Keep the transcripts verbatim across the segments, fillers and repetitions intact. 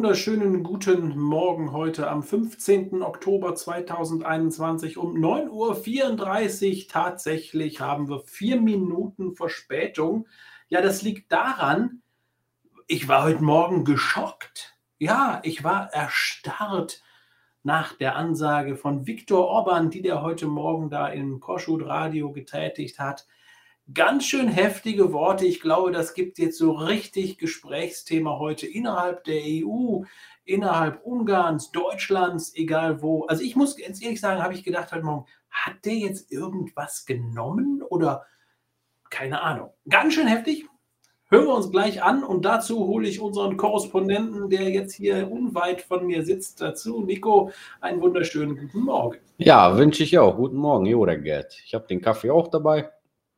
wunderschönen guten Morgen heute am fünfzehnten Oktober zweitausendeinundzwanzig um neun Uhr vierunddreißig. Tatsächlich haben wir vier Minuten Verspätung. Ja, das liegt daran, ich war heute Morgen geschockt. Ja, ich war erstarrt nach der Ansage von Viktor Orbán, die der heute Morgen da im Kossuth Radio getätigt hat. Ganz schön heftige Worte. Ich glaube, das gibt jetzt so richtig Gesprächsthema heute innerhalb der E U, innerhalb Ungarns, Deutschlands, egal wo. Also ich muss ganz ehrlich sagen, habe ich gedacht heute Morgen, hat der jetzt irgendwas genommen oder keine Ahnung. Ganz schön heftig. Hören wir uns gleich an und dazu hole ich unseren Korrespondenten, der jetzt hier unweit von mir sitzt, dazu. Nico, einen wunderschönen guten Morgen. Ja, wünsche ich auch. Guten Morgen, Joda Gerd. Ich habe den Kaffee auch dabei.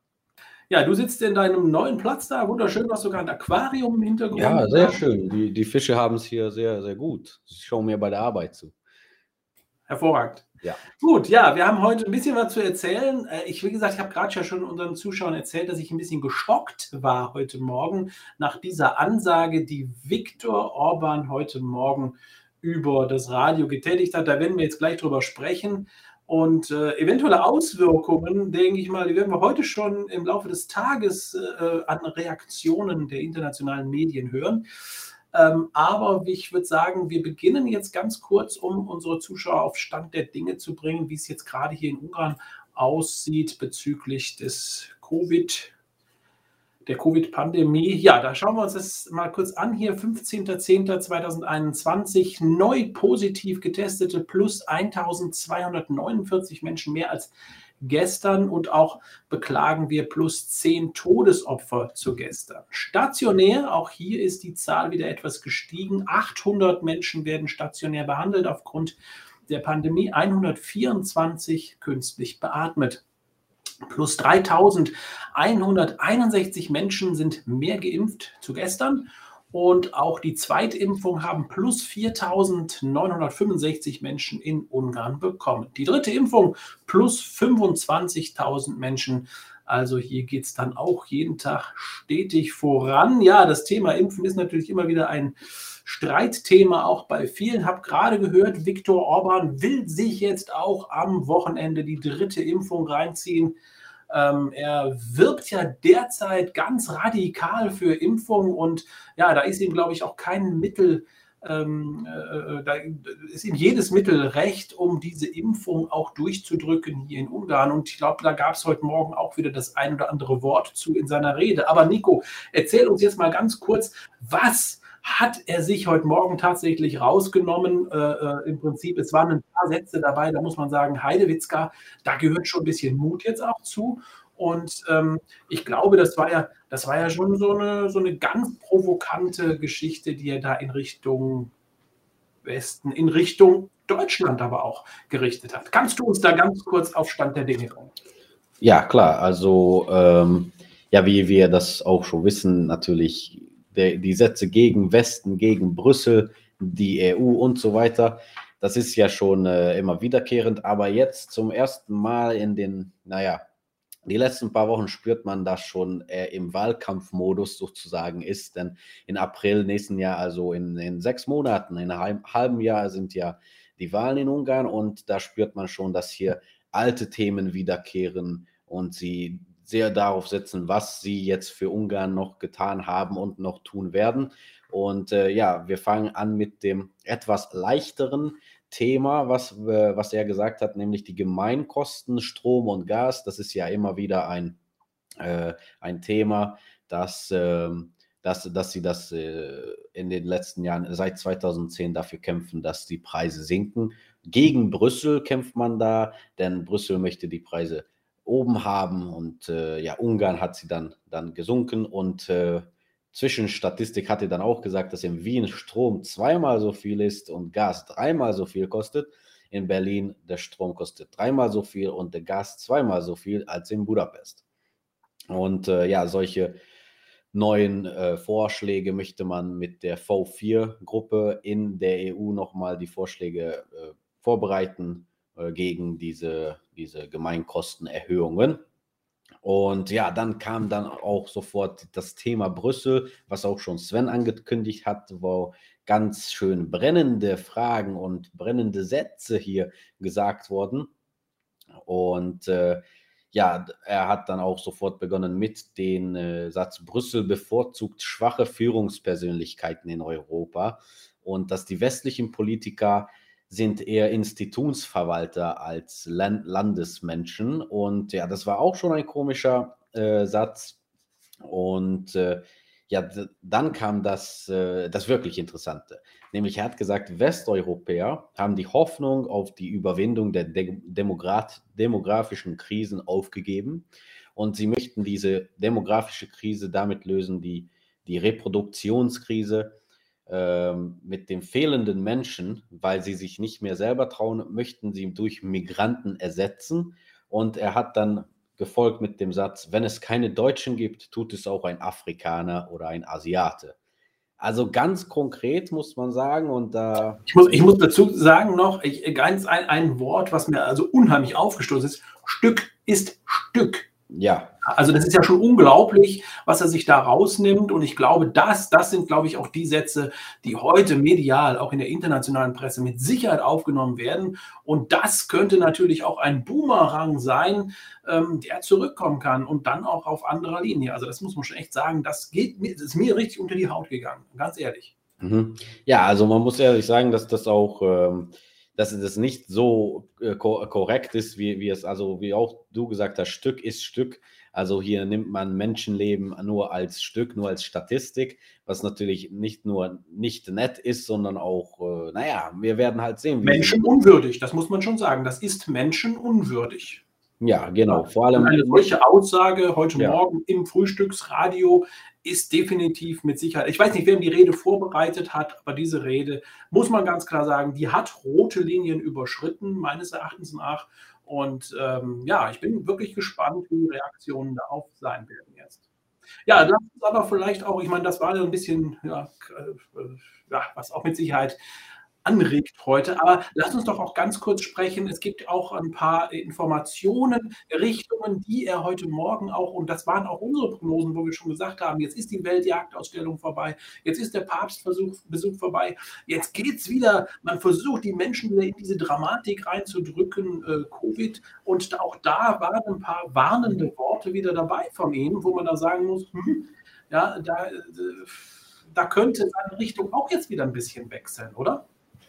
Ja, du sitzt in deinem neuen Platz da, wunderschön, du hast sogar ein Aquarium im Hintergrund. Ja, sehr schön. Die, die Fische haben es hier sehr, sehr gut. Ich schaue mir bei der Arbeit zu. Hervorragend. Ja. Gut, ja, wir haben heute ein bisschen was zu erzählen. Ich, wie gesagt, ich habe gerade ja schon unseren Zuschauern erzählt, dass ich ein bisschen geschockt war heute Morgen nach dieser Ansage, die Viktor Orbán heute Morgen über das Radio getätigt hat. Da werden wir jetzt gleich drüber sprechen. Und äh, eventuelle Auswirkungen, denke ich mal, die werden wir heute schon im Laufe des Tages äh, an Reaktionen der internationalen Medien hören. Ähm, aber ich würde sagen, wir beginnen jetzt ganz kurz, um unsere Zuschauer auf Stand der Dinge zu bringen, wie es jetzt gerade hier in Ungarn aussieht bezüglich des Covid, der Covid-Pandemie. Ja, da schauen wir uns das mal kurz an. Hier fünfzehnter zehnter zweitausendeinundzwanzig, neu positiv getestete plus eintausendzweihundertneunundvierzig Menschen mehr als gestern und auch beklagen wir plus zehn Todesopfer zu gestern. Stationär, auch hier ist die Zahl wieder etwas gestiegen. achthundert Menschen werden stationär behandelt aufgrund der Pandemie, hundertvierundzwanzig künstlich beatmet. Plus dreitausendeinhunderteinundsechzig Menschen sind mehr geimpft zu gestern. Und auch die Zweitimpfung haben plus viertausendneunhundertfünfundsechzig Menschen in Ungarn bekommen. Die dritte Impfung plus fünfundzwanzigtausend Menschen. Also hier geht es dann auch jeden Tag stetig voran. Ja, das Thema Impfen ist natürlich immer wieder ein Streitthema, auch bei vielen. Ich habe gerade gehört, Viktor Orbán will sich jetzt auch am Wochenende die dritte Impfung reinziehen. Ähm, er wirbt ja derzeit ganz radikal für Impfung und ja, da ist ihm, glaube ich, auch kein Mittel, ähm, äh, da ist ihm jedes Mittel recht, um diese Impfung auch durchzudrücken hier in Ungarn. Und ich glaube, da gab es heute Morgen auch wieder das ein oder andere Wort zu in seiner Rede. Aber Nico, erzähl uns jetzt mal ganz kurz, was hat er sich heute Morgen tatsächlich rausgenommen? Äh, äh, Im Prinzip, es waren ein paar Sätze dabei, da muss man sagen, Heidewitzka, da gehört schon ein bisschen Mut jetzt auch zu. Und ähm, ich glaube, das war ja, das war ja schon so eine, so eine ganz provokante Geschichte, die er da in Richtung Westen, in Richtung Deutschland aber auch gerichtet hat. Kannst du uns da ganz kurz auf Stand der Dinge bringen? Ja, klar. Also, ähm, ja, wie wir das auch schon wissen, natürlich der, die Sätze gegen Westen, gegen Brüssel, die E U und so weiter, das ist ja schon äh, immer wiederkehrend. Aber jetzt zum ersten Mal in den, naja, die letzten paar Wochen spürt man, dass schon äh, im Wahlkampfmodus sozusagen ist, denn in April nächsten Jahr, also in, in sechs Monaten, in einem halben Jahr sind ja die Wahlen in Ungarn und da spürt man schon, dass hier alte Themen wiederkehren und sie sehr darauf setzen, was sie jetzt für Ungarn noch getan haben und noch tun werden. Und äh, ja, wir fangen an mit dem etwas leichteren Thema, was, äh, was er gesagt hat, nämlich die Gemeinkosten, Strom und Gas. Das ist ja immer wieder ein, äh, ein Thema, dass, äh, dass, dass sie das äh, in den letzten Jahren, seit zweitausendzehn, dafür kämpfen, dass die Preise sinken. Gegen Brüssel kämpft man da, denn Brüssel möchte die Preise oben haben und äh, ja, Ungarn hat sie dann, dann gesunken und äh, Zwischenstatistik hatte dann auch gesagt, dass in Wien Strom zweimal so viel ist und Gas dreimal so viel kostet. In Berlin der Strom kostet dreimal so viel und der Gas zweimal so viel als in Budapest. Und äh, ja, solche neuen äh, Vorschläge möchte man mit der V vier Gruppe in der E U nochmal die Vorschläge äh, vorbereiten äh, gegen diese, diese Gemeinkostenerhöhungen. Und ja, dann kam dann auch sofort das Thema Brüssel, was auch schon Sven angekündigt hat, wo ganz schön brennende Fragen und brennende Sätze hier gesagt wurden. Und äh, ja, er hat dann auch sofort begonnen mit dem äh, Satz, Brüssel bevorzugt schwache Führungspersönlichkeiten in Europa und dass die westlichen Politiker sind eher Institutsverwalter als Land Landesmenschen. Und ja, das war auch schon ein komischer äh, Satz. Und äh, ja, dann kam das, äh, das wirklich Interessante. Nämlich er hat gesagt, Westeuropäer haben die Hoffnung auf die Überwindung der De Demograf demografischen Krisen aufgegeben und sie möchten diese demografische Krise damit lösen, die, die Reproduktionskrise ähm, mit den fehlenden Menschen, weil sie sich nicht mehr selber trauen, möchten sie durch Migranten ersetzen. Und er hat dann gefolgt mit dem Satz, wenn es keine Deutschen gibt, tut es auch ein Afrikaner oder ein Asiate. Also ganz konkret muss man sagen und da... Ich muss, ich muss dazu sagen noch, ich, ganz ein, ein Wort, was mir also unheimlich aufgestoßen ist, Stück ist Stück. Ja. Also das ist ja schon unglaublich, was er sich da rausnimmt und ich glaube, das, das sind, glaube ich, auch die Sätze, die heute medial, auch in der internationalen Presse mit Sicherheit aufgenommen werden und das könnte natürlich auch ein Boomerang sein, ähm, der zurückkommen kann und dann auch auf anderer Linie. Also das muss man schon echt sagen, das, geht, das ist mir richtig unter die Haut gegangen, ganz ehrlich. Mhm. Ja, also man muss ehrlich sagen, dass das auch... Ähm dass das nicht so äh, korrekt ist, wie, wie es, also wie auch du gesagt hast, Stück ist Stück. Also hier nimmt man Menschenleben nur als Stück, nur als Statistik, was natürlich nicht nur nicht nett ist, sondern auch, äh, naja, wir werden halt sehen. Wie menschenunwürdig, das muss man schon sagen. Das ist menschenunwürdig. Ja, genau. Vor allem und eine solche Aussage heute ja. Morgen im Frühstücksradio ist definitiv mit Sicherheit, ich weiß nicht, wer die Rede vorbereitet hat, aber diese Rede, muss man ganz klar sagen, die hat rote Linien überschritten, meines Erachtens nach. Und ähm, ja, ich bin wirklich gespannt, wie die Reaktionen darauf sein werden jetzt. Ja, das ist aber vielleicht auch, ich meine, das war ein bisschen, ja, ja, was auch mit Sicherheit anregt heute. Aber lass uns doch auch ganz kurz sprechen. Es gibt auch ein paar Informationen, Richtungen, die er heute Morgen auch, und das waren auch unsere Prognosen, wo wir schon gesagt haben, jetzt ist die Weltjagdausstellung vorbei, jetzt ist der Papstbesuch Besuch vorbei, jetzt geht es wieder, man versucht, die Menschen wieder in diese Dramatik reinzudrücken, äh, Covid. Und auch da waren ein paar warnende Worte wieder dabei von ihm, wo man da sagen muss, hm, ja, da, äh, da könnte seine Richtung auch jetzt wieder ein bisschen wechseln, oder?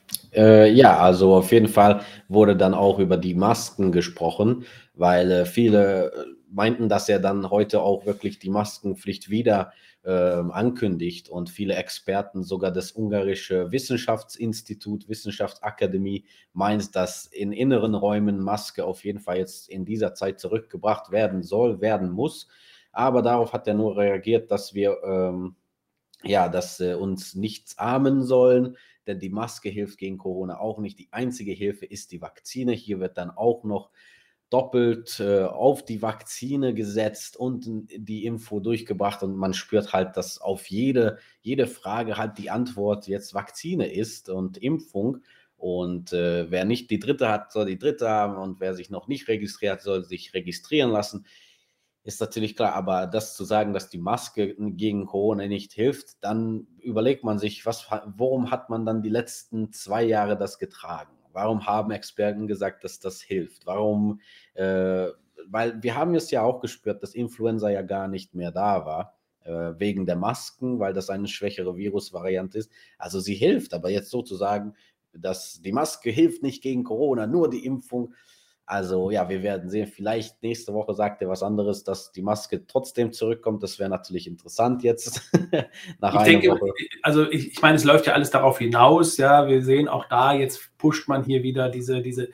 Äh, ja, also auf jeden Fall wurde dann auch über die Masken gesprochen, weil äh, viele meinten, dass er dann heute auch wirklich die Maskenpflicht wieder äh, ankündigt und viele Experten, sogar das ungarische Wissenschaftsinstitut, Wissenschaftsakademie, meint, dass in inneren Räumen Maske auf jeden Fall jetzt in dieser Zeit zurückgebracht werden soll, werden muss. Aber darauf hat er nur reagiert, dass wir ähm, ja, dass äh, uns nichts ahmen sollen, denn die Maske hilft gegen Corona auch nicht. Die einzige Hilfe ist die Vakzine. Hier wird dann auch noch doppelt äh, auf die Vakzine gesetzt und die Info durchgebracht und man spürt halt, dass auf jede, jede Frage halt die Antwort jetzt Vakzine ist und Impfung. Und äh, wer nicht die dritte hat, soll die dritte haben und wer sich noch nicht registriert, soll sich registrieren lassen. Ist natürlich klar, aber das zu sagen, dass die Maske gegen Corona nicht hilft, dann überlegt man sich, was, warum hat man dann die letzten zwei Jahre das getragen? Warum haben Experten gesagt, dass das hilft? Warum? Äh, weil wir haben es ja auch gespürt, dass Influenza ja gar nicht mehr da war, äh, wegen der Masken, weil das eine schwächere Virusvariante ist. Also sie hilft, aber jetzt sozusagen, dass die Maske hilft nicht gegen Corona, nur die Impfung. Also ja, wir werden sehen, vielleicht nächste Woche sagt er was anderes, dass die Maske trotzdem zurückkommt. Das wäre natürlich interessant jetzt nach ich einer denke, Woche. Also ich, ich meine, es läuft ja alles darauf hinaus. Ja, wir sehen auch da, jetzt pusht man hier wieder diese, diese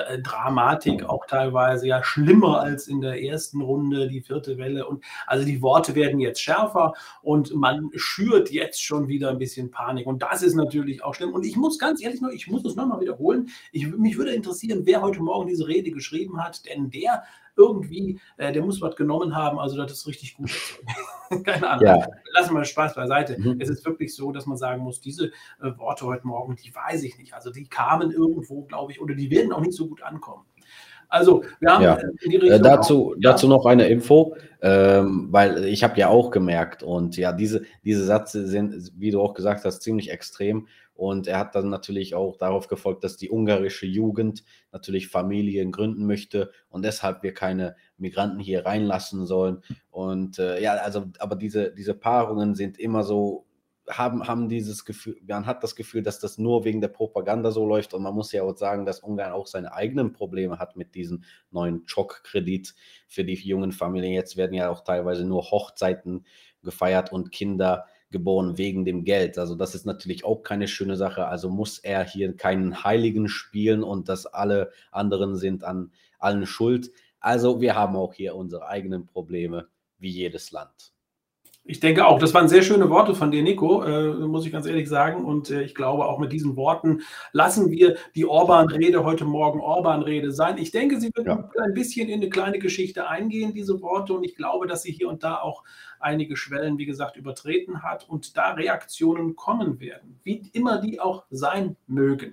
Dramatik auch teilweise ja schlimmer als in der ersten Runde, die vierte Welle. Und also die Worte werden jetzt schärfer und man schürt jetzt schon wieder ein bisschen Panik. Und das ist natürlich auch schlimm. Und ich muss ganz ehrlich noch, ich muss es nochmal wiederholen. Ich, mich würde interessieren, wer heute Morgen diese Rede geschrieben hat, denn der irgendwie, äh, der muss was genommen haben, also das ist richtig gut. Keine Ahnung. Ja. Lassen wir Spaß beiseite. Mhm. Es ist wirklich so, dass man sagen muss, diese äh, Worte heute Morgen, die weiß ich nicht. Also die kamen irgendwo, glaube ich, oder die werden auch nicht so gut ankommen. Also wir haben Ja, in die äh, Richtung auch, dazu, ja. dazu noch eine Info, ähm, weil ich habe ja auch gemerkt und ja, diese, diese Sätze sind, wie du auch gesagt hast, ziemlich extrem und er hat dann natürlich auch darauf gefolgt, dass die ungarische Jugend natürlich Familien gründen möchte und deshalb wir keine Migranten hier reinlassen sollen und äh, ja, also, aber diese, diese Paarungen sind immer so, haben, haben dieses Gefühl, man hat das Gefühl, dass das nur wegen der Propaganda so läuft und man muss ja auch sagen, dass Ungarn auch seine eigenen Probleme hat mit diesem neuen Schock-Kredit für die jungen Familien. Jetzt werden ja auch teilweise nur Hochzeiten gefeiert und Kinder geboren wegen dem Geld. Also das ist natürlich auch keine schöne Sache. Also muss er hier keinen Heiligen spielen und dass alle anderen sind an allen schuld. Also wir haben auch hier unsere eigenen Probleme, wie jedes Land. Ich denke auch, das waren sehr schöne Worte von dir, Nico, äh, muss ich ganz ehrlich sagen. Und äh, ich glaube, auch mit diesen Worten lassen wir die Orban-Rede heute Morgen Orban-Rede sein. Ich denke, sie wird Ja. ein bisschen in eine kleine Geschichte eingehen, diese Worte. Und ich glaube, dass sie hier und da auch einige Schwellen, wie gesagt, übertreten hat und da Reaktionen kommen werden, wie immer die auch sein mögen.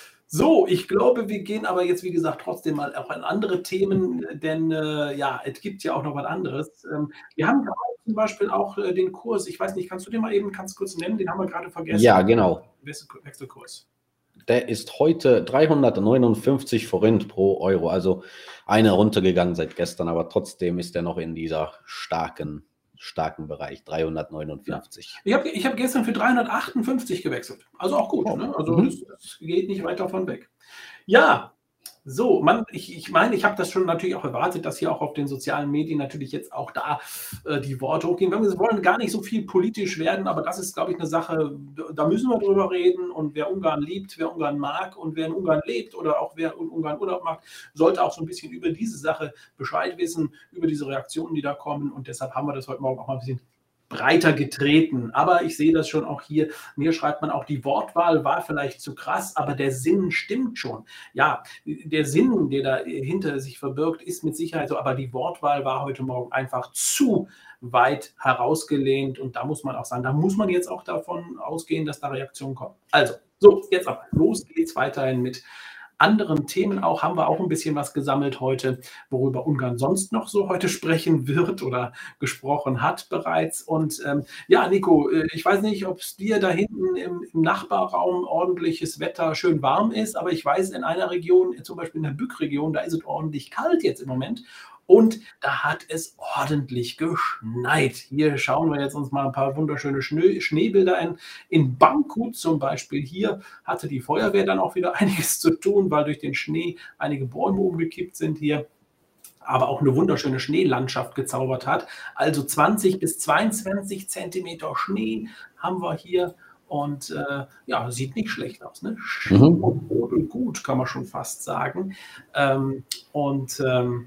So, ich glaube, wir gehen aber jetzt, wie gesagt, trotzdem mal auch an andere Themen, denn äh, ja, es gibt ja auch noch was anderes. Ähm, wir haben gerade zum Beispiel auch äh, den Kurs, ich weiß nicht, kannst du den mal eben ganz kurz nennen? Den haben wir gerade vergessen. Ja, genau. Wechselkurs. Der ist heute dreihundertneunundfünfzig Forint pro Euro, also eine runtergegangen seit gestern, aber trotzdem ist er noch in dieser starken, starken Bereich, dreihundertneunundfünfzig. Ja. Ich habe ich hab gestern für dreihundertachtundfünfzig gewechselt, also auch gut, Oh. ne? Also Mhm. das, das geht nicht weit davon weg. Ja, so, man, ich, ich meine, ich habe das schon natürlich auch erwartet, dass hier auch auf den sozialen Medien natürlich jetzt auch da äh, die Worte hochgehen. Wir wollen gar nicht so viel politisch werden, aber das ist, glaube ich, eine Sache, da müssen wir drüber reden. Und wer Ungarn liebt, wer Ungarn mag und wer in Ungarn lebt oder auch wer in Ungarn Urlaub macht, sollte auch so ein bisschen über diese Sache Bescheid wissen, über diese Reaktionen, die da kommen. Und deshalb haben wir das heute Morgen auch mal ein bisschen breiter getreten. Aber ich sehe das schon auch hier. Mir schreibt man auch, die Wortwahl war vielleicht zu krass, aber der Sinn stimmt schon. Ja, der Sinn, der da hinter sich verbirgt, ist mit Sicherheit so, aber die Wortwahl war heute Morgen einfach zu weit herausgelehnt und da muss man auch sagen, da muss man jetzt auch davon ausgehen, dass da Reaktionen kommen. Also, so, jetzt aber, los geht's weiterhin mit anderen Themen auch, haben wir auch ein bisschen was gesammelt heute, worüber Ungarn sonst noch so heute sprechen wird oder gesprochen hat bereits. Und ähm, ja, Nico, ich weiß nicht, ob es dir da hinten im, im Nachbarraum ordentliches Wetter schön warm ist, aber ich weiß, in einer Region, zum Beispiel in der Bück-Region, da ist es ordentlich kalt jetzt im Moment. Und da hat es ordentlich geschneit. Hier schauen wir jetzt uns mal ein paar wunderschöne Schnee, Schneebilder an. In Bankut zum Beispiel, hier hatte die Feuerwehr dann auch wieder einiges zu tun, weil durch den Schnee einige Bäume umgekippt sind hier, aber auch eine wunderschöne Schneelandschaft gezaubert hat. Also zwanzig bis zweiundzwanzig Zentimeter Schnee haben wir hier. Und äh, ja, sieht nicht schlecht aus. Ne? Mhm. Und gut, kann man schon fast sagen. Ähm, und ähm,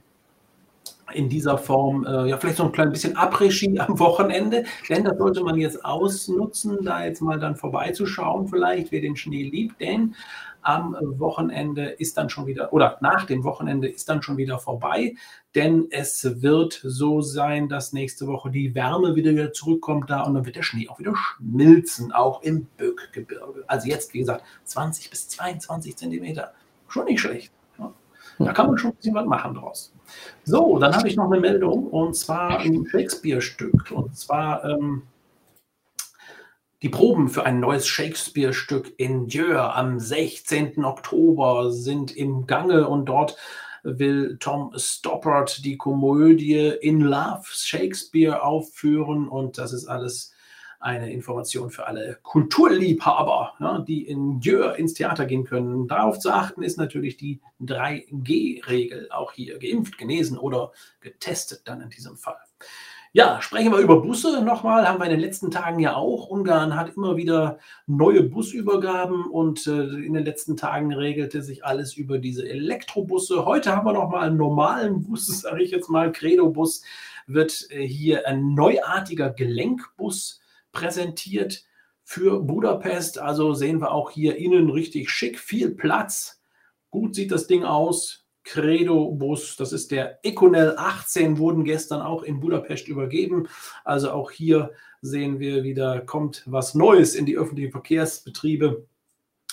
in dieser Form, äh, ja, vielleicht so ein klein bisschen Après-Ski am Wochenende, denn das sollte man jetzt ausnutzen, da jetzt mal dann vorbeizuschauen, vielleicht, wer den Schnee liebt, denn am Wochenende ist dann schon wieder, oder nach dem Wochenende ist dann schon wieder vorbei, denn es wird so sein, dass nächste Woche die Wärme wieder zurückkommt da und dann wird der Schnee auch wieder schmilzen, auch im Böckgebirge. Also jetzt, wie gesagt, zwanzig bis zweiundzwanzig Zentimeter, schon nicht schlecht. Da kann man schon ein bisschen was machen draus. So, dann habe ich noch eine Meldung und zwar ein Shakespeare-Stück. Und zwar ähm, die Proben für ein neues Shakespeare-Stück in Dieu am sechzehnten Oktober sind im Gange und dort will Tom Stoppard die Komödie In Love Shakespeare aufführen und das ist alles eine Information für alle Kulturliebhaber, ja, die in Dieu ins Theater gehen können. Darauf zu achten ist natürlich die drei G Regel, auch hier geimpft, genesen oder getestet dann in diesem Fall. Ja, sprechen wir über Busse nochmal, haben wir in den letzten Tagen ja auch. Ungarn hat immer wieder neue Busübergaben und äh, in den letzten Tagen regelte sich alles über diese Elektrobusse. Heute haben wir nochmal einen normalen Bus, sage ich jetzt mal, Credo-Bus, wird äh, hier ein neuartiger Gelenkbus präsentiert für Budapest. Also sehen wir auch hier innen richtig schick, viel Platz. Gut sieht das Ding aus. Credo-Bus, das ist der Econel achtzehn, wurden gestern auch in Budapest übergeben. Also auch hier sehen wir wieder, kommt was Neues in die öffentlichen Verkehrsbetriebe.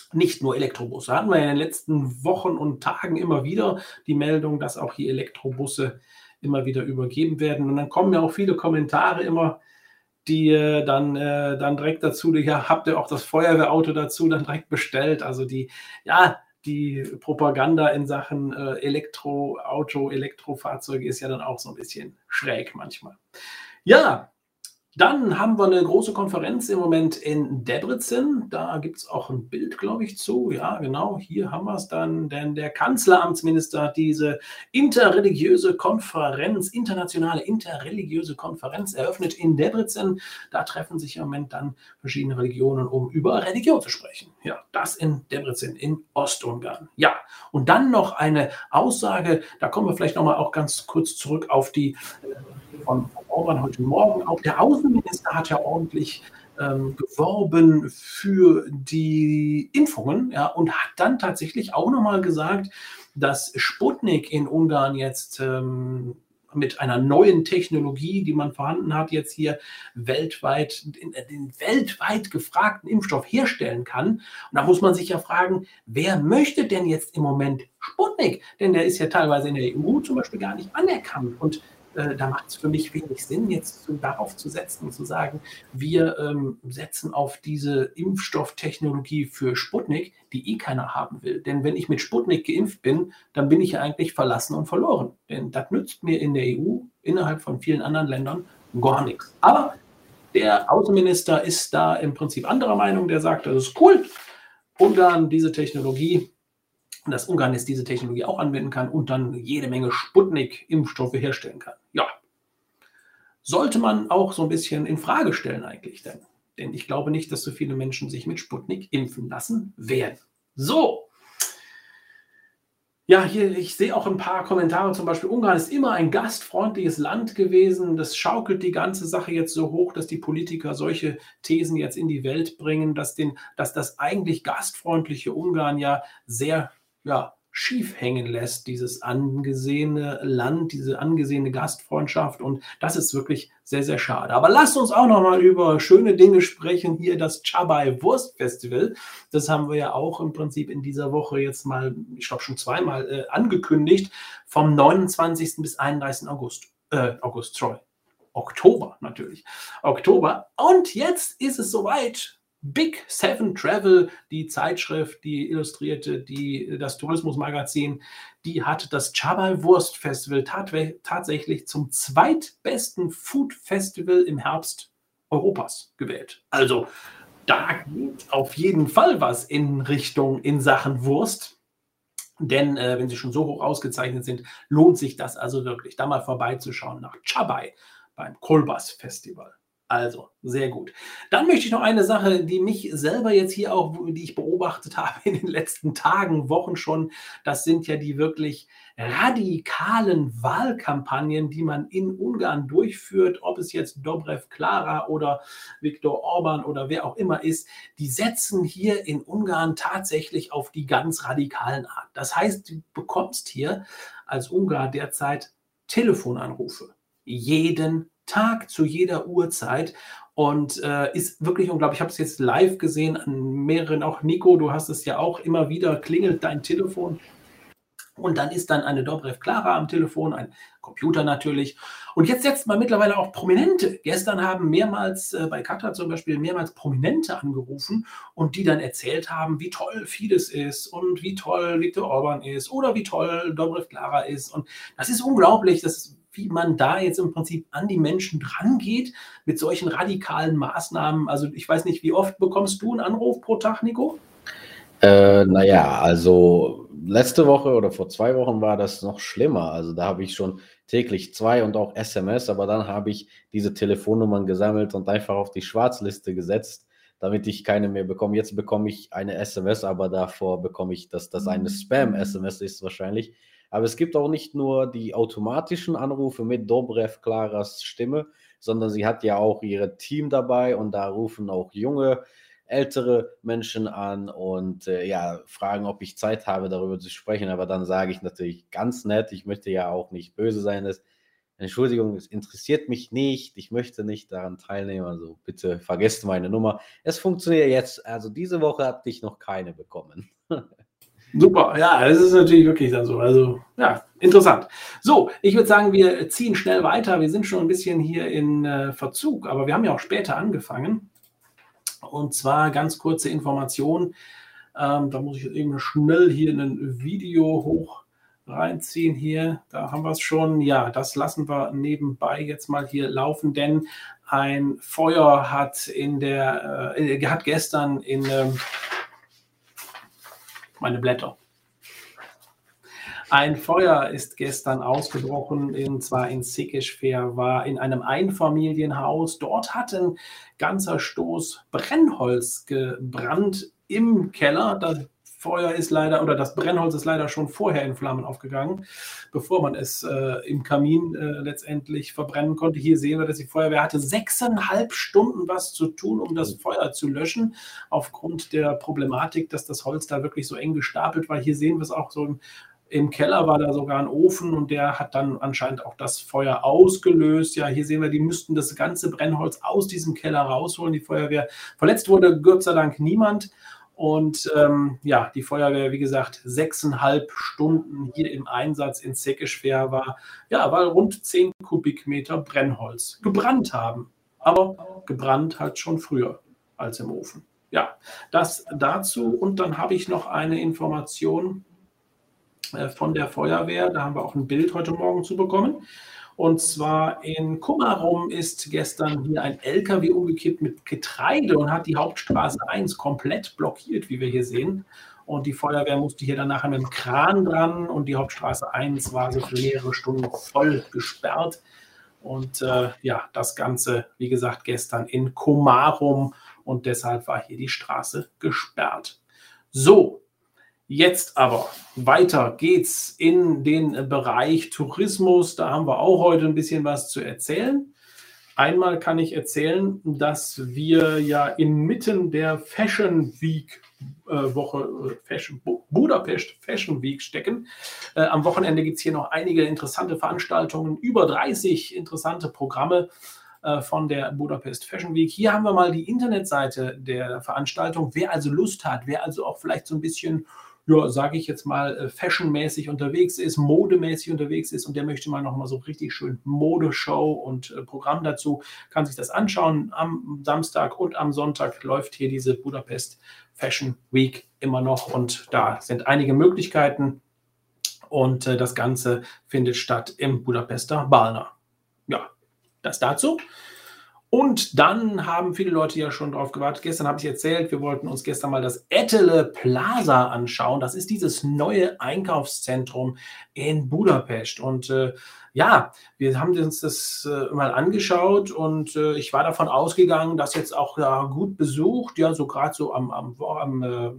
Nicht nur Elektrobusse. Hatten wir ja in den letzten Wochen und Tagen immer wieder die Meldung, dass auch hier Elektrobusse immer wieder übergeben werden. Und dann kommen ja auch viele Kommentare immer, die äh, dann, äh, dann direkt dazu, ja, habt ihr auch das Feuerwehrauto dazu dann direkt bestellt? Also die, ja, die Propaganda in Sachen äh, Elektroauto, Elektrofahrzeuge ist ja dann auch so ein bisschen schräg manchmal. Ja, dann haben wir eine große Konferenz im Moment in Debrecen. Da gibt es auch ein Bild, glaube ich, zu. Ja, genau, hier haben wir es dann. Denn der Kanzleramtsminister hat diese interreligiöse Konferenz, internationale interreligiöse Konferenz eröffnet in Debrecen. Da treffen sich im Moment dann verschiedene Religionen, um über Religion zu sprechen. Ja, das in Debrecen in Ostungarn. Ja, und dann noch eine Aussage, da kommen wir vielleicht nochmal auch ganz kurz zurück auf die von Orban heute Morgen. Auch der Außenminister hat ja ordentlich ähm, geworben für die Impfungen, ja, und hat dann tatsächlich auch nochmal gesagt, dass Sputnik in Ungarn jetzt ähm, mit einer neuen Technologie, die man vorhanden hat, jetzt hier weltweit den, den weltweit gefragten Impfstoff herstellen kann. Und da muss man sich ja fragen, wer möchte denn jetzt im Moment Sputnik? Denn der ist ja teilweise in der E U zum Beispiel gar nicht anerkannt. Und äh, da macht es für mich wenig Sinn, jetzt zu, darauf zu setzen und zu sagen, wir ähm, setzen auf diese Impfstofftechnologie für Sputnik, die eh keiner haben will. Denn wenn ich mit Sputnik geimpft bin, dann bin ich ja eigentlich verlassen und verloren. Denn das nützt mir in der E U, innerhalb von vielen anderen Ländern, gar nichts. Aber der Außenminister ist da im Prinzip anderer Meinung. Der sagt, das ist cool, Ungarn diese Technologie, dass Ungarn jetzt diese Technologie auch anwenden kann und dann jede Menge Sputnik-Impfstoffe herstellen kann. Ja, sollte man auch so ein bisschen in Frage stellen eigentlich, denn, denn ich glaube nicht, dass so viele Menschen sich mit Sputnik impfen lassen werden. So. Ja, hier, ich sehe auch ein paar Kommentare, zum Beispiel, Ungarn ist immer ein gastfreundliches Land gewesen. Das schaukelt die ganze Sache jetzt so hoch, dass die Politiker solche Thesen jetzt in die Welt bringen, dass, den, dass das eigentlich gastfreundliche Ungarn ja sehr ja, schief hängen lässt, dieses angesehene Land, diese angesehene Gastfreundschaft. Und das ist wirklich sehr, sehr schade. Aber lasst uns auch noch mal über schöne Dinge sprechen. Hier das Csabai Wurst-Festival. Das haben wir ja auch im Prinzip in dieser Woche jetzt mal, ich glaube schon zweimal äh, angekündigt, vom neunundzwanzigsten bis einunddreißigsten August. Äh, August, sorry. Oktober natürlich. Oktober. Und jetzt ist es soweit. Big Seven Travel, die Zeitschrift, die Illustrierte, die, das Tourismusmagazin, die hat das Csabai Wurst Festival tat, tatsächlich zum zweitbesten Food Festival im Herbst Europas gewählt. Also da geht auf jeden Fall was in Richtung in Sachen Wurst. Denn äh, wenn sie schon so hoch ausgezeichnet sind, lohnt sich das also wirklich, da mal vorbeizuschauen nach Csabai beim Kolbas Festival. Also, sehr gut. Dann möchte ich noch eine Sache, die mich selber jetzt hier auch, die ich beobachtet habe in den letzten Tagen, Wochen schon, das sind ja die wirklich radikalen Wahlkampagnen, die man in Ungarn durchführt, ob es jetzt Dobrev Klára oder Viktor Orban oder wer auch immer ist, die setzen hier in Ungarn tatsächlich auf die ganz radikalen Art. Das heißt, du bekommst hier als Ungar derzeit Telefonanrufe. Jeden Tag zu jeder Uhrzeit und äh, ist wirklich unglaublich. Ich habe es jetzt live gesehen an mehreren, auch Nico, du hast es ja auch, immer wieder klingelt dein Telefon und dann ist dann eine Dobrev Klára am Telefon, ein Computer natürlich. Und jetzt setzt man mittlerweile auch Prominente. Gestern haben mehrmals, äh, bei Katar zum Beispiel, mehrmals Prominente angerufen und die dann erzählt haben, wie toll Fidesz ist und wie toll Viktor Orban ist oder wie toll Dobrev Klára ist. Und das ist unglaublich, das ist, wie man da jetzt im Prinzip an die Menschen drangeht mit solchen radikalen Maßnahmen. Also ich weiß nicht, wie oft bekommst du einen Anruf pro Tag, Nico? Äh, naja, also letzte Woche oder vor zwei Wochen war das noch schlimmer. Also da habe ich schon täglich zwei und auch S M S, aber dann habe ich diese Telefonnummern gesammelt und einfach auf die Schwarzliste gesetzt, damit ich keine mehr bekomme. Jetzt bekomme ich eine S M S, aber davor bekomme ich, dass das eine Spam-S M S ist wahrscheinlich. Aber es gibt auch nicht nur die automatischen Anrufe mit Dobrev Kláras Stimme, sondern sie hat ja auch ihr Team dabei und da rufen auch junge, ältere Menschen an und äh, ja, fragen, ob ich Zeit habe, darüber zu sprechen. Aber dann sage ich natürlich ganz nett, ich möchte ja auch nicht böse sein, dass Entschuldigung, es interessiert mich nicht, ich möchte nicht daran teilnehmen, also bitte vergesst meine Nummer. Es funktioniert jetzt, also diese Woche habe ich noch keine bekommen. Super, ja, das ist natürlich wirklich dann so. Also, ja, interessant. So, ich würde sagen, wir ziehen schnell weiter. Wir sind schon ein bisschen hier in äh, Verzug, aber wir haben ja auch später angefangen. Und zwar ganz kurze Information. Ähm, da muss ich eben schnell hier ein Video hoch reinziehen hier. Da haben wir es schon. Ja, das lassen wir nebenbei jetzt mal hier laufen, denn ein Feuer hat in der, äh, hat gestern in ähm, meine Blätter. Ein Feuer ist gestern ausgebrochen, und zwar in Székesfehr, war in einem Einfamilienhaus. Dort hat ein ganzer Stoß Brennholz gebrannt im Keller. Das Feuer ist leider, oder das Brennholz ist leider schon vorher in Flammen aufgegangen, bevor man es äh, im Kamin äh, letztendlich verbrennen konnte. Hier sehen wir, dass die Feuerwehr hatte sechseinhalb Stunden was zu tun, um das Feuer zu löschen, aufgrund der Problematik, dass das Holz da wirklich so eng gestapelt war. Hier sehen wir es auch so im Im Keller war da sogar ein Ofen und der hat dann anscheinend auch das Feuer ausgelöst. Ja, hier sehen wir, die müssten das ganze Brennholz aus diesem Keller rausholen. Die Feuerwehr, verletzt wurde Gott sei Dank niemand. Und ähm, ja, die Feuerwehr, wie gesagt, sechseinhalb Stunden hier im Einsatz in Székesfehr war, ja, weil rund zehn Kubikmeter Brennholz gebrannt haben. Aber gebrannt halt schon früher als im Ofen. Ja, das dazu. Und dann habe ich noch eine Information von der Feuerwehr. Da haben wir auch ein Bild heute Morgen zu bekommen. Und zwar in Kummerum ist gestern hier ein L K W umgekippt mit Getreide und hat die Hauptstraße eins komplett blockiert, wie wir hier sehen. Und die Feuerwehr musste hier dann nachher mit dem Kran dran und die Hauptstraße eins war so für mehrere Stunden voll gesperrt. Und äh, ja, das Ganze, wie gesagt, gestern in Kummerum und deshalb war hier die Straße gesperrt. So. Jetzt aber weiter geht's in den Bereich Tourismus. Da haben wir auch heute ein bisschen was zu erzählen. Einmal kann ich erzählen, dass wir ja inmitten der Fashion Week äh, Woche, Fashion, Budapest Fashion Week stecken. Äh, am Wochenende gibt es hier noch einige interessante Veranstaltungen, über dreißig interessante Programme äh, von der Budapest Fashion Week. Hier haben wir mal die Internetseite der Veranstaltung. Wer also Lust hat, wer also auch vielleicht so ein bisschen, ja, sage ich jetzt mal, fashionmäßig unterwegs ist, modemäßig unterwegs ist und der möchte mal nochmal so richtig schön Modeshow und äh, Programm dazu, kann sich das anschauen. Am Samstag und am Sonntag läuft hier diese Budapest Fashion Week immer noch und da sind einige Möglichkeiten und äh, das Ganze findet statt im Budapester Bálna. Ja, das dazu. Und dann haben viele Leute ja schon drauf gewartet. Gestern habe ich erzählt, wir wollten uns gestern mal das Etele Plaza anschauen. Das ist dieses neue Einkaufszentrum in Budapest. Und äh, ja, wir haben uns das äh, mal angeschaut und äh, ich war davon ausgegangen, dass jetzt auch ja, gut besucht, ja, so gerade so am, am, am äh,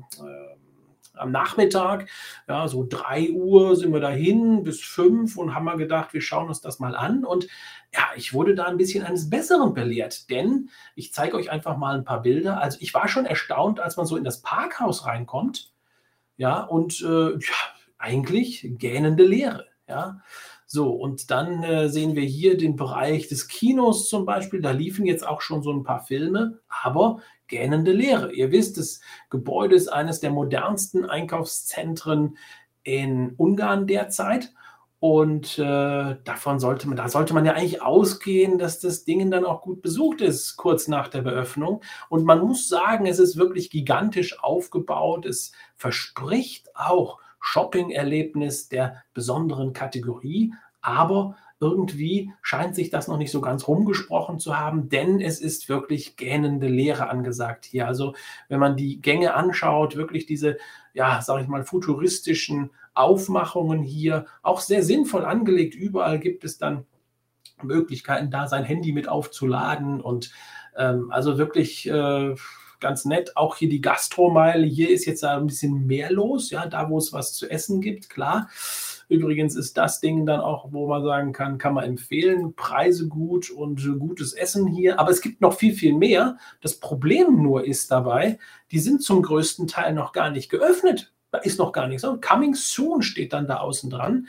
am Nachmittag, ja, so drei Uhr sind wir dahin bis fünf und haben mal gedacht, wir schauen uns das mal an. Und ja, ich wurde da ein bisschen eines Besseren belehrt, denn ich zeige euch einfach mal ein paar Bilder. Also ich war schon erstaunt, als man so in das Parkhaus reinkommt, ja, und äh, ja, eigentlich gähnende Leere, ja. So, und dann äh, sehen wir hier den Bereich des Kinos zum Beispiel. Da liefen jetzt auch schon so ein paar Filme, aber gähnende Leere. Ihr wisst, das Gebäude ist eines der modernsten Einkaufszentren in Ungarn derzeit. Und äh, davon sollte man, da sollte man ja eigentlich ausgehen, dass das Ding dann auch gut besucht ist, kurz nach der Beöffnung. Und man muss sagen, es ist wirklich gigantisch aufgebaut. Es verspricht auch Shopping-Erlebnis der besonderen Kategorie, aber irgendwie scheint sich das noch nicht so ganz rumgesprochen zu haben, denn es ist wirklich gähnende Leere angesagt hier. Also wenn man die Gänge anschaut, wirklich diese, ja, sage ich mal, futuristischen Aufmachungen hier, auch sehr sinnvoll angelegt. Überall gibt es dann Möglichkeiten, da sein Handy mit aufzuladen und ähm, also wirklich äh, ganz nett. Auch hier die Gastromeile, hier ist jetzt ein bisschen mehr los, ja, da wo es was zu essen gibt, klar. Übrigens ist das Ding dann auch, wo man sagen kann, kann man empfehlen, Preise gut und gutes Essen hier. Aber es gibt noch viel, viel mehr. Das Problem nur ist dabei, die sind zum größten Teil noch gar nicht geöffnet. Da ist noch gar nichts. Coming soon steht dann da außen dran.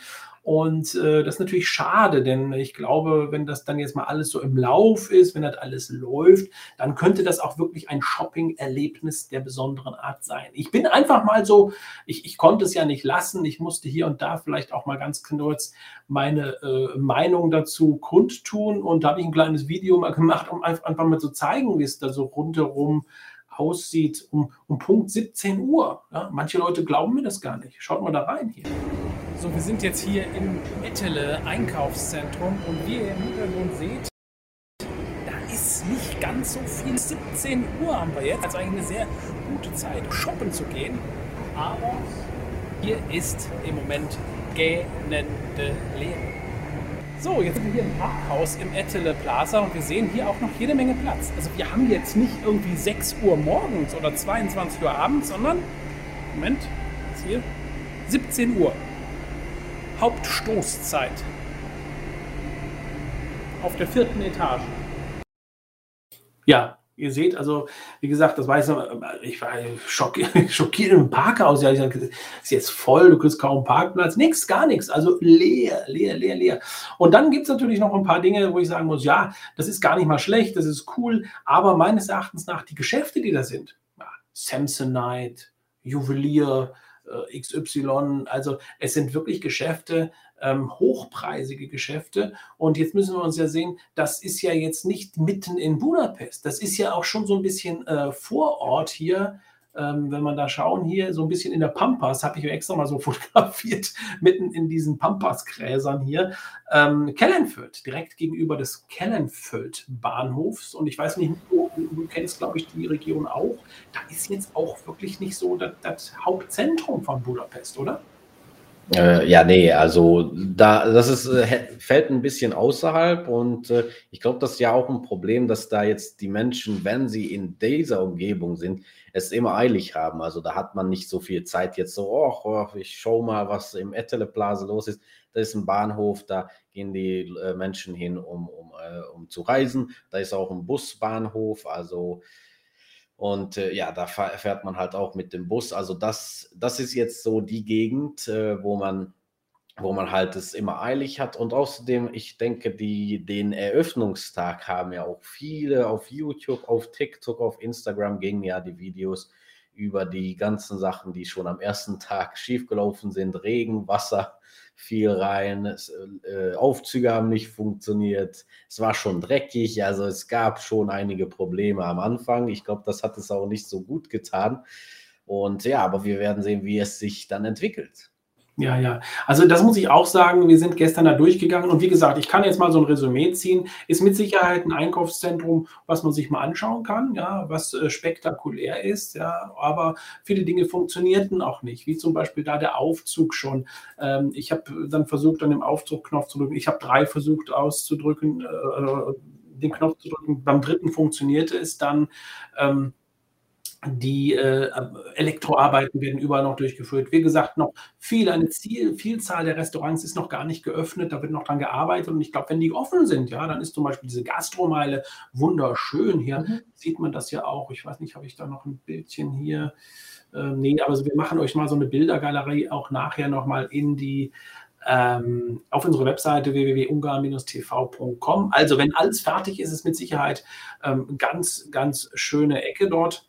Und äh, das ist natürlich schade, denn ich glaube, wenn das dann jetzt mal alles so im Lauf ist, wenn das alles läuft, dann könnte das auch wirklich ein Shopping-Erlebnis der besonderen Art sein. Ich bin einfach mal so, ich, ich konnte es ja nicht lassen, ich musste hier und da vielleicht auch mal ganz kurz meine äh, Meinung dazu kundtun, und da habe ich ein kleines Video mal gemacht, um einfach, einfach mal zu zeigen, wie es da so rundherum aussieht, um, um Punkt siebzehn Uhr. Ja, manche Leute glauben mir das gar nicht. Schaut mal da rein hier. So, wir sind jetzt hier im Ettele Einkaufszentrum, und wie ihr im Hintergrund seht, da ist nicht ganz so viel. siebzehn Uhr haben wir jetzt, also eigentlich eine sehr gute Zeit, shoppen zu gehen. Aber hier ist im Moment gähnende Leere. So, jetzt sind wir hier im Parkhaus im Ettele Plaza, und wir sehen hier auch noch jede Menge Platz. Also wir haben jetzt nicht irgendwie sechs Uhr morgens oder zweiundzwanzig Uhr abends, sondern, Moment, jetzt hier, siebzehn Uhr. Hauptstoßzeit. Auf der vierten Etage. Ja, ihr seht, also wie gesagt, das war jetzt, ich war schockiert, schockiert im Parkhaus. Ja, ich sag, ist jetzt voll, du kriegst kaum Parkplatz, nichts, gar nichts. Also leer, leer, leer, leer. Und dann gibt es natürlich noch ein paar Dinge, wo ich sagen muss, ja, das ist gar nicht mal schlecht, das ist cool, aber meines Erachtens nach die Geschäfte, die da sind, ja, Samsonite, Juwelier, äh, X Y, also es sind wirklich Geschäfte, ähm, hochpreisige Geschäfte. Und jetzt müssen wir uns ja sehen, das ist ja jetzt nicht mitten in Budapest. Das ist ja auch schon so ein bisschen äh, vor Ort hier. Ähm, wenn man da schauen, hier so ein bisschen in der Pampas, habe ich mir extra mal so fotografiert, mitten in diesen Pampas-Gräsern hier. Ähm, Kellenfeld, direkt gegenüber des Kellenfeld-Bahnhofs. Und ich weiß nicht, du, du kennst, glaube ich, die Region auch. Da ist jetzt auch wirklich nicht so das, das Hauptzentrum von Budapest, oder? Äh, ja, nee, also da, das ist, äh, fällt ein bisschen außerhalb, und äh, ich glaube, das ist ja auch ein Problem, dass da jetzt die Menschen, wenn sie in dieser Umgebung sind, es immer eilig haben. Also da hat man nicht so viel Zeit jetzt so, oh, oh ich schau mal, was im Ettele Plaza los ist. Da ist ein Bahnhof, da gehen die äh, Menschen hin, um, um, äh, um zu reisen. Da ist auch ein Busbahnhof, also und äh, ja, da fährt man halt auch mit dem Bus. Also das, das ist jetzt so die Gegend, äh, wo man, wo man halt es immer eilig hat. Und außerdem, ich denke, die, den Eröffnungstag haben ja auch viele auf YouTube, auf TikTok, auf Instagram gingen ja die Videos über die ganzen Sachen, die schon am ersten Tag schiefgelaufen sind. Regen, Wasser fiel rein, es, äh, Aufzüge haben nicht funktioniert, es war schon dreckig, also es gab schon einige Probleme am Anfang. Ich glaube, das hat es auch nicht so gut getan. Und ja, aber wir werden sehen, wie es sich dann entwickelt. Ja, ja. Also das muss ich auch sagen, wir sind gestern da durchgegangen, und wie gesagt, ich kann jetzt mal so ein Resümee ziehen. Ist mit Sicherheit ein Einkaufszentrum, was man sich mal anschauen kann, ja, was äh, spektakulär ist, ja, aber viele Dinge funktionierten auch nicht, wie zum Beispiel da der Aufzug schon. Ähm, ich habe dann versucht, an dem Aufzugknopf zu drücken. Ich habe drei versucht auszudrücken, äh, den Knopf zu drücken. Beim dritten funktionierte es dann. Ähm, Die äh, Elektroarbeiten werden überall noch durchgeführt. Wie gesagt, noch viel, eine Ziel, Vielzahl der Restaurants ist noch gar nicht geöffnet, da wird noch dran gearbeitet, und ich glaube, wenn die offen sind, ja, dann ist zum Beispiel diese Gastromeile wunderschön. Hier mhm. sieht man das ja auch. Ich weiß nicht, habe ich da noch ein Bildchen hier? Äh, nee, aber also wir machen euch mal so eine Bildergalerie auch nachher nochmal in die ähm, auf unsere Webseite w w w punkt ungarn Bindestrich t v punkt com. Also wenn alles fertig ist, ist mit Sicherheit ähm, ganz, ganz schöne Ecke dort.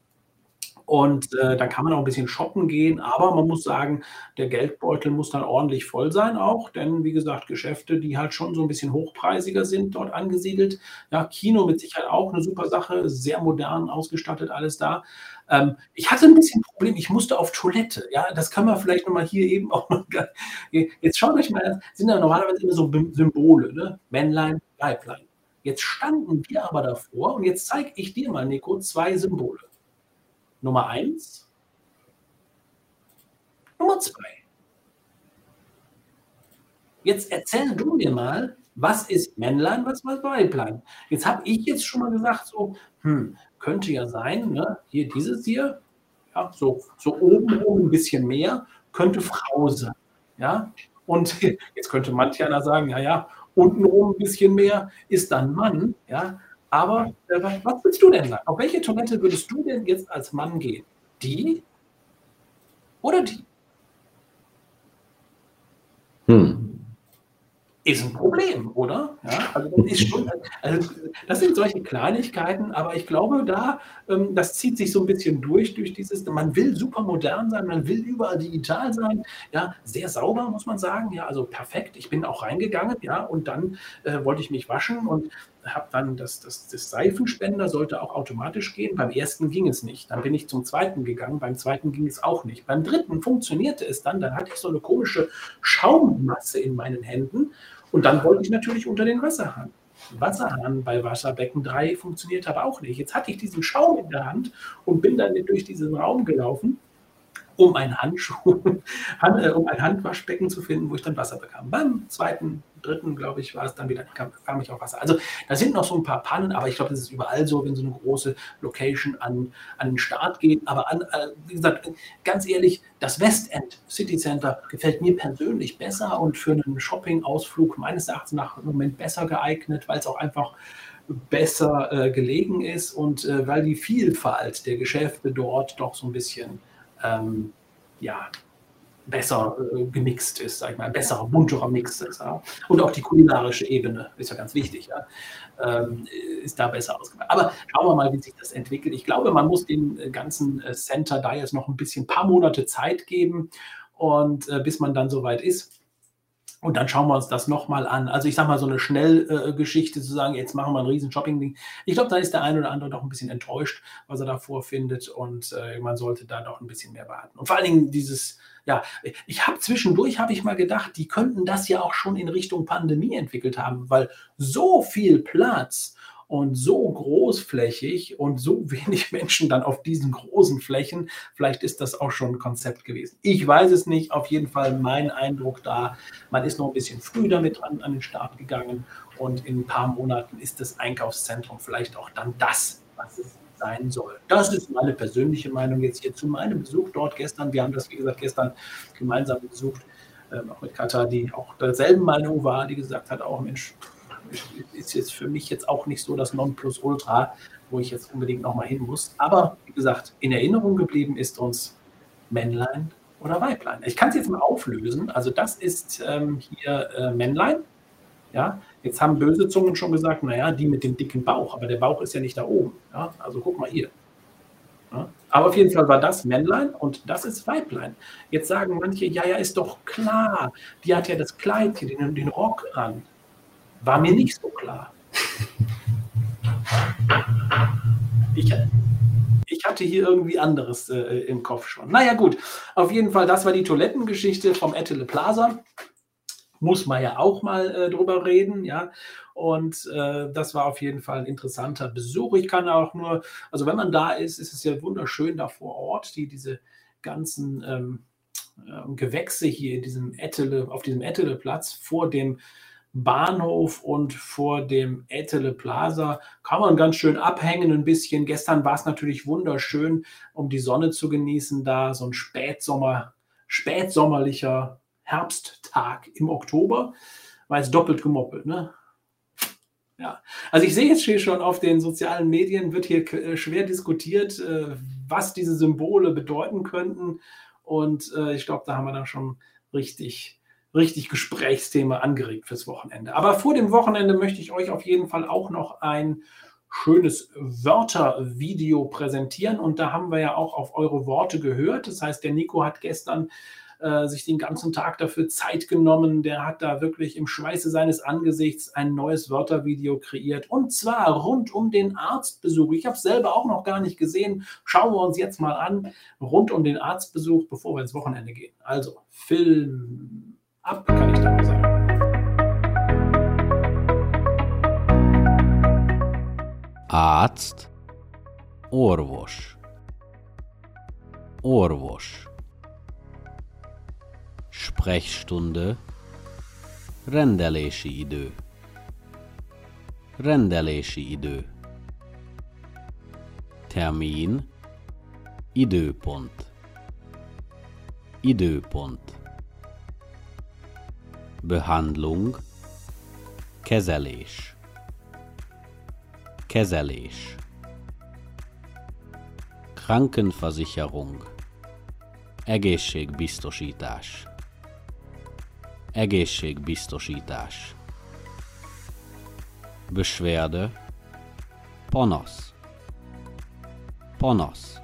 Und äh, dann kann man auch ein bisschen shoppen gehen, aber man muss sagen, der Geldbeutel muss dann ordentlich voll sein auch, denn wie gesagt, Geschäfte, die halt schon so ein bisschen hochpreisiger sind, dort angesiedelt. Ja, Kino mit Sicherheit auch eine super Sache, sehr modern ausgestattet, alles da. Ähm, ich hatte ein bisschen Problem, ich musste auf Toilette. Ja, das kann man vielleicht nochmal hier eben auch mal. Jetzt schaut euch mal, sind ja normalerweise immer so Symbole, ne? Männlein, Weiblein. Jetzt standen wir aber davor, und jetzt zeige ich dir mal, Nico, zwei Symbole. Nummer eins, Nummer zwei. Jetzt erzähl du mir mal, was ist Männlein, was ist Weiblein? Jetzt habe ich jetzt schon mal gesagt, so, hm, könnte ja sein, ne? Hier dieses hier, ja, so, so obenrum ein bisschen mehr, könnte Frau sein. Ja? Und jetzt könnte manch einer sagen, naja, untenrum ein bisschen mehr ist dann Mann, ja. Aber äh, was willst du denn sagen? Auf welche Toilette würdest du denn jetzt als Mann gehen? Die oder die? Hm. ist ein Problem, oder? Ja, also das ist schon, also das sind solche Kleinigkeiten, aber ich glaube, da, ähm, das zieht sich so ein bisschen durch, durch dieses, man will super modern sein, man will überall digital sein, ja, sehr sauber, muss man sagen, ja, also perfekt. Ich bin auch reingegangen, ja, und dann äh, wollte ich mich waschen und habe dann das, das, das Seifenspender sollte auch automatisch gehen. Beim ersten ging es nicht. Dann bin ich zum zweiten gegangen. Beim zweiten ging es auch nicht. Beim dritten funktionierte es dann. Dann hatte ich so eine komische Schaummasse in meinen Händen. Und dann wollte ich natürlich unter den Wasserhahn. Wasserhahn bei Wasserbecken drei funktioniert aber auch nicht. Jetzt hatte ich diesen Schaum in der Hand und bin dann durch diesen Raum gelaufen, um ein Handschuh, um ein Handwaschbecken zu finden, wo ich dann Wasser bekam. Beim zweiten, dritten, glaube ich, war es dann wieder, kam, kam ich auf Wasser. Also da sind noch so ein paar Pannen, aber ich glaube, das ist überall so, wenn so eine große Location an, an den Start geht. Aber an, äh, wie gesagt, ganz ehrlich, das Westend City Center gefällt mir persönlich besser und für einen Shopping-Ausflug meines Erachtens nach im Moment besser geeignet, weil es auch einfach besser äh, gelegen ist und äh, weil die Vielfalt der Geschäfte dort doch so ein bisschen Ähm, ja, besser äh, gemixt ist, sag ich mal, ein besserer, bunterer Mix ist. Ja. Und auch die kulinarische Ebene, ist ja ganz wichtig, ja, ähm, ist da besser ausgemacht. Aber schauen wir mal, wie sich das entwickelt. Ich glaube, man muss dem ganzen Center da jetzt noch ein bisschen, ein paar Monate Zeit geben und äh, bis man dann soweit ist. Und dann schauen wir uns das nochmal an. Also ich sage mal, so eine Schnellgeschichte äh, zu sagen, jetzt machen wir ein riesen Shopping-Ding. Ich glaube, da ist der eine oder andere doch ein bisschen enttäuscht, was er da vorfindet. Und äh, man sollte da doch ein bisschen mehr warten. Und vor allen Dingen dieses, ja, ich habe zwischendurch, habe ich mal gedacht, die könnten das ja auch schon in Richtung Pandemie entwickelt haben, weil so viel Platz und so großflächig und so wenig Menschen dann auf diesen großen Flächen, vielleicht ist das auch schon ein Konzept gewesen. Ich weiß es nicht, auf jeden Fall mein Eindruck da, man ist noch ein bisschen früh damit an, an den Start gegangen und in ein paar Monaten ist das Einkaufszentrum vielleicht auch dann das, was es sein soll. Das ist meine persönliche Meinung jetzt hier zu meinem Besuch dort gestern. Wir haben das, wie gesagt, gestern gemeinsam besucht, ähm, auch mit Katha, die auch derselben Meinung war, die gesagt hat, auch Mensch, ist jetzt für mich jetzt auch nicht so das Nonplusultra, wo ich jetzt unbedingt nochmal hin muss. Aber wie gesagt, in Erinnerung geblieben ist uns Männlein oder Weiblein. Ich kann es jetzt mal auflösen. Also das ist ähm, hier äh, Männlein. Ja, jetzt haben böse Zungen schon gesagt, naja, die mit dem dicken Bauch, aber der Bauch ist ja nicht da oben. Ja, also guck mal hier. Ja, aber auf jeden Fall war das Männlein und das ist Weiblein. Jetzt sagen manche, ja, ja, ist doch klar, die hat ja das Kleid hier, den, den Rock an. War mir nicht so klar. Ich, ich hatte hier irgendwie anderes äh, im Kopf schon. Naja gut, auf jeden Fall, das war die Toilettengeschichte vom Ettele Plaza. Muss man ja auch mal äh, drüber reden, ja. Und äh, das war auf jeden Fall ein interessanter Besuch. Ich kann auch nur, also wenn man da ist, ist es ja wunderschön da vor Ort, die diese ganzen ähm, äh, Gewächse hier in diesem Ettele, auf diesem Ettele-Platz vor dem Bahnhof und vor dem Ettele Plaza kann man ganz schön abhängen ein bisschen. Gestern war es natürlich wunderschön, um die Sonne zu genießen, da so ein Spätsommer, spätsommerlicher Herbsttag im Oktober, war es doppelt gemoppelt, ne? Ja, also ich sehe jetzt hier schon auf den sozialen Medien, wird hier schwer diskutiert, was diese Symbole bedeuten könnten und ich glaube, da haben wir dann schon richtig richtig Gesprächsthema angeregt fürs Wochenende. Aber vor dem Wochenende möchte ich euch auf jeden Fall auch noch ein schönes Wörtervideo präsentieren. Und da haben wir ja auch auf eure Worte gehört. Das heißt, der Nico hat gestern äh, sich den ganzen Tag dafür Zeit genommen. Der hat da wirklich im Schweiße seines Angesichts ein neues Wörtervideo kreiert. Und zwar rund um den Arztbesuch. Ich habe es selber auch noch gar nicht gesehen. Schauen wir uns jetzt mal an. Rund um den Arztbesuch, bevor wir ins Wochenende gehen. Also, Film ab, kann ich da nur sagen. Arzt, orvos, orvos, Sprechstunde, rendelési idő, rendelési idő, Termin, időpont, időpont, Behandlung, kezelés, kezelés, Krankenversicherung, egészségbiztosítás, egészségbiztosítás, Beschwerde, panasz, panasz,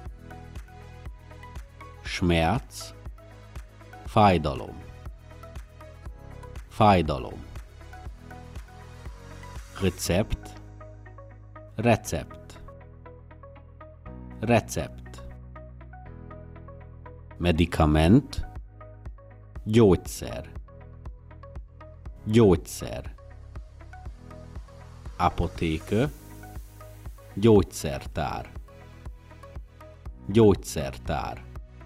Schmerz, fájdalom, fájdalom, Rezept, recept, recept, Medikament, gyógyszer, gyógyszer, Apotheke, gyógyszertár, gyógyszertár.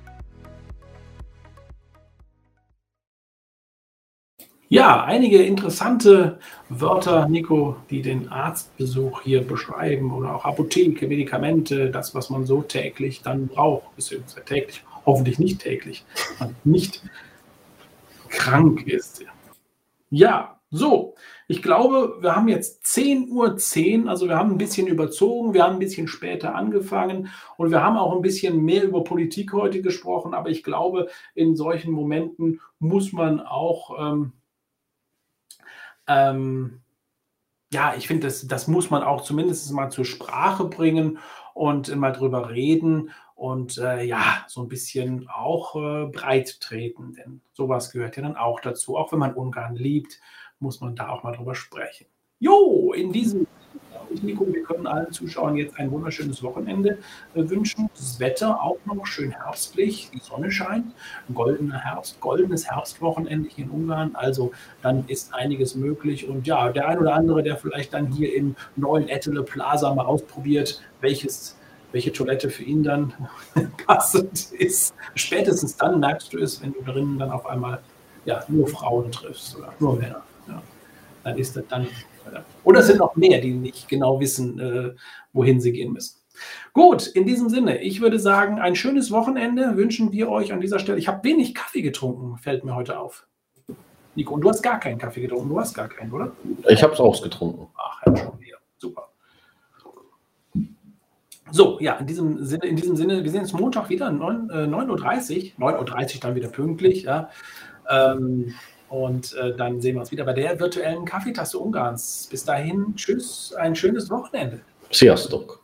Ja, einige interessante Wörter, Nico, die den Arztbesuch hier beschreiben oder auch Apotheke, Medikamente, das, was man so täglich dann braucht, beziehungsweise täglich, hoffentlich nicht täglich, wenn man nicht krank ist. Ja, so, ich glaube, wir haben jetzt zehn Uhr zehn, also wir haben ein bisschen überzogen, wir haben ein bisschen später angefangen und wir haben auch ein bisschen mehr über Politik heute gesprochen, aber ich glaube, in solchen Momenten muss man auch ähm, Ähm, ja, ich finde, das, das muss man auch zumindest mal zur Sprache bringen und mal drüber reden und äh, ja, so ein bisschen auch äh, breit treten, denn sowas gehört ja dann auch dazu. Auch wenn man Ungarn liebt, muss man da auch mal drüber sprechen. Jo, in diesem Nico, wir können allen Zuschauern jetzt ein wunderschönes Wochenende äh, wünschen. Das Wetter auch noch schön herbstlich, die Sonne scheint, ein goldener Herbst, goldenes Herbstwochenende hier in Ungarn. Also dann ist einiges möglich. Und ja, der ein oder andere, der vielleicht dann hier im neuen Ettele Plaza mal ausprobiert, welches, welche Toilette für ihn dann passend ist. Spätestens dann merkst du es, wenn du drinnen dann auf einmal ja, nur Frauen triffst oder nur Männer. Ja. Dann ist das dann. Oder es sind noch mehr, die nicht genau wissen, äh, wohin sie gehen müssen. Gut, in diesem Sinne, ich würde sagen, ein schönes Wochenende wünschen wir euch an dieser Stelle. Ich habe wenig Kaffee getrunken, fällt mir heute auf. Nico, und du hast gar keinen Kaffee getrunken, du hast gar keinen, oder? Ich habe es ausgetrunken. Ach, ja, schon wieder. Super. So, ja, in diesem Sinne, in diesem Sinne, wir sehen uns Montag wieder, neun Uhr dreißig, neun Uhr dreißig dann wieder pünktlich, ja. Ähm, Und äh, dann sehen wir uns wieder bei der virtuellen Kaffeetasse Ungarns. Bis dahin, tschüss, ein schönes Wochenende. Sziasztok!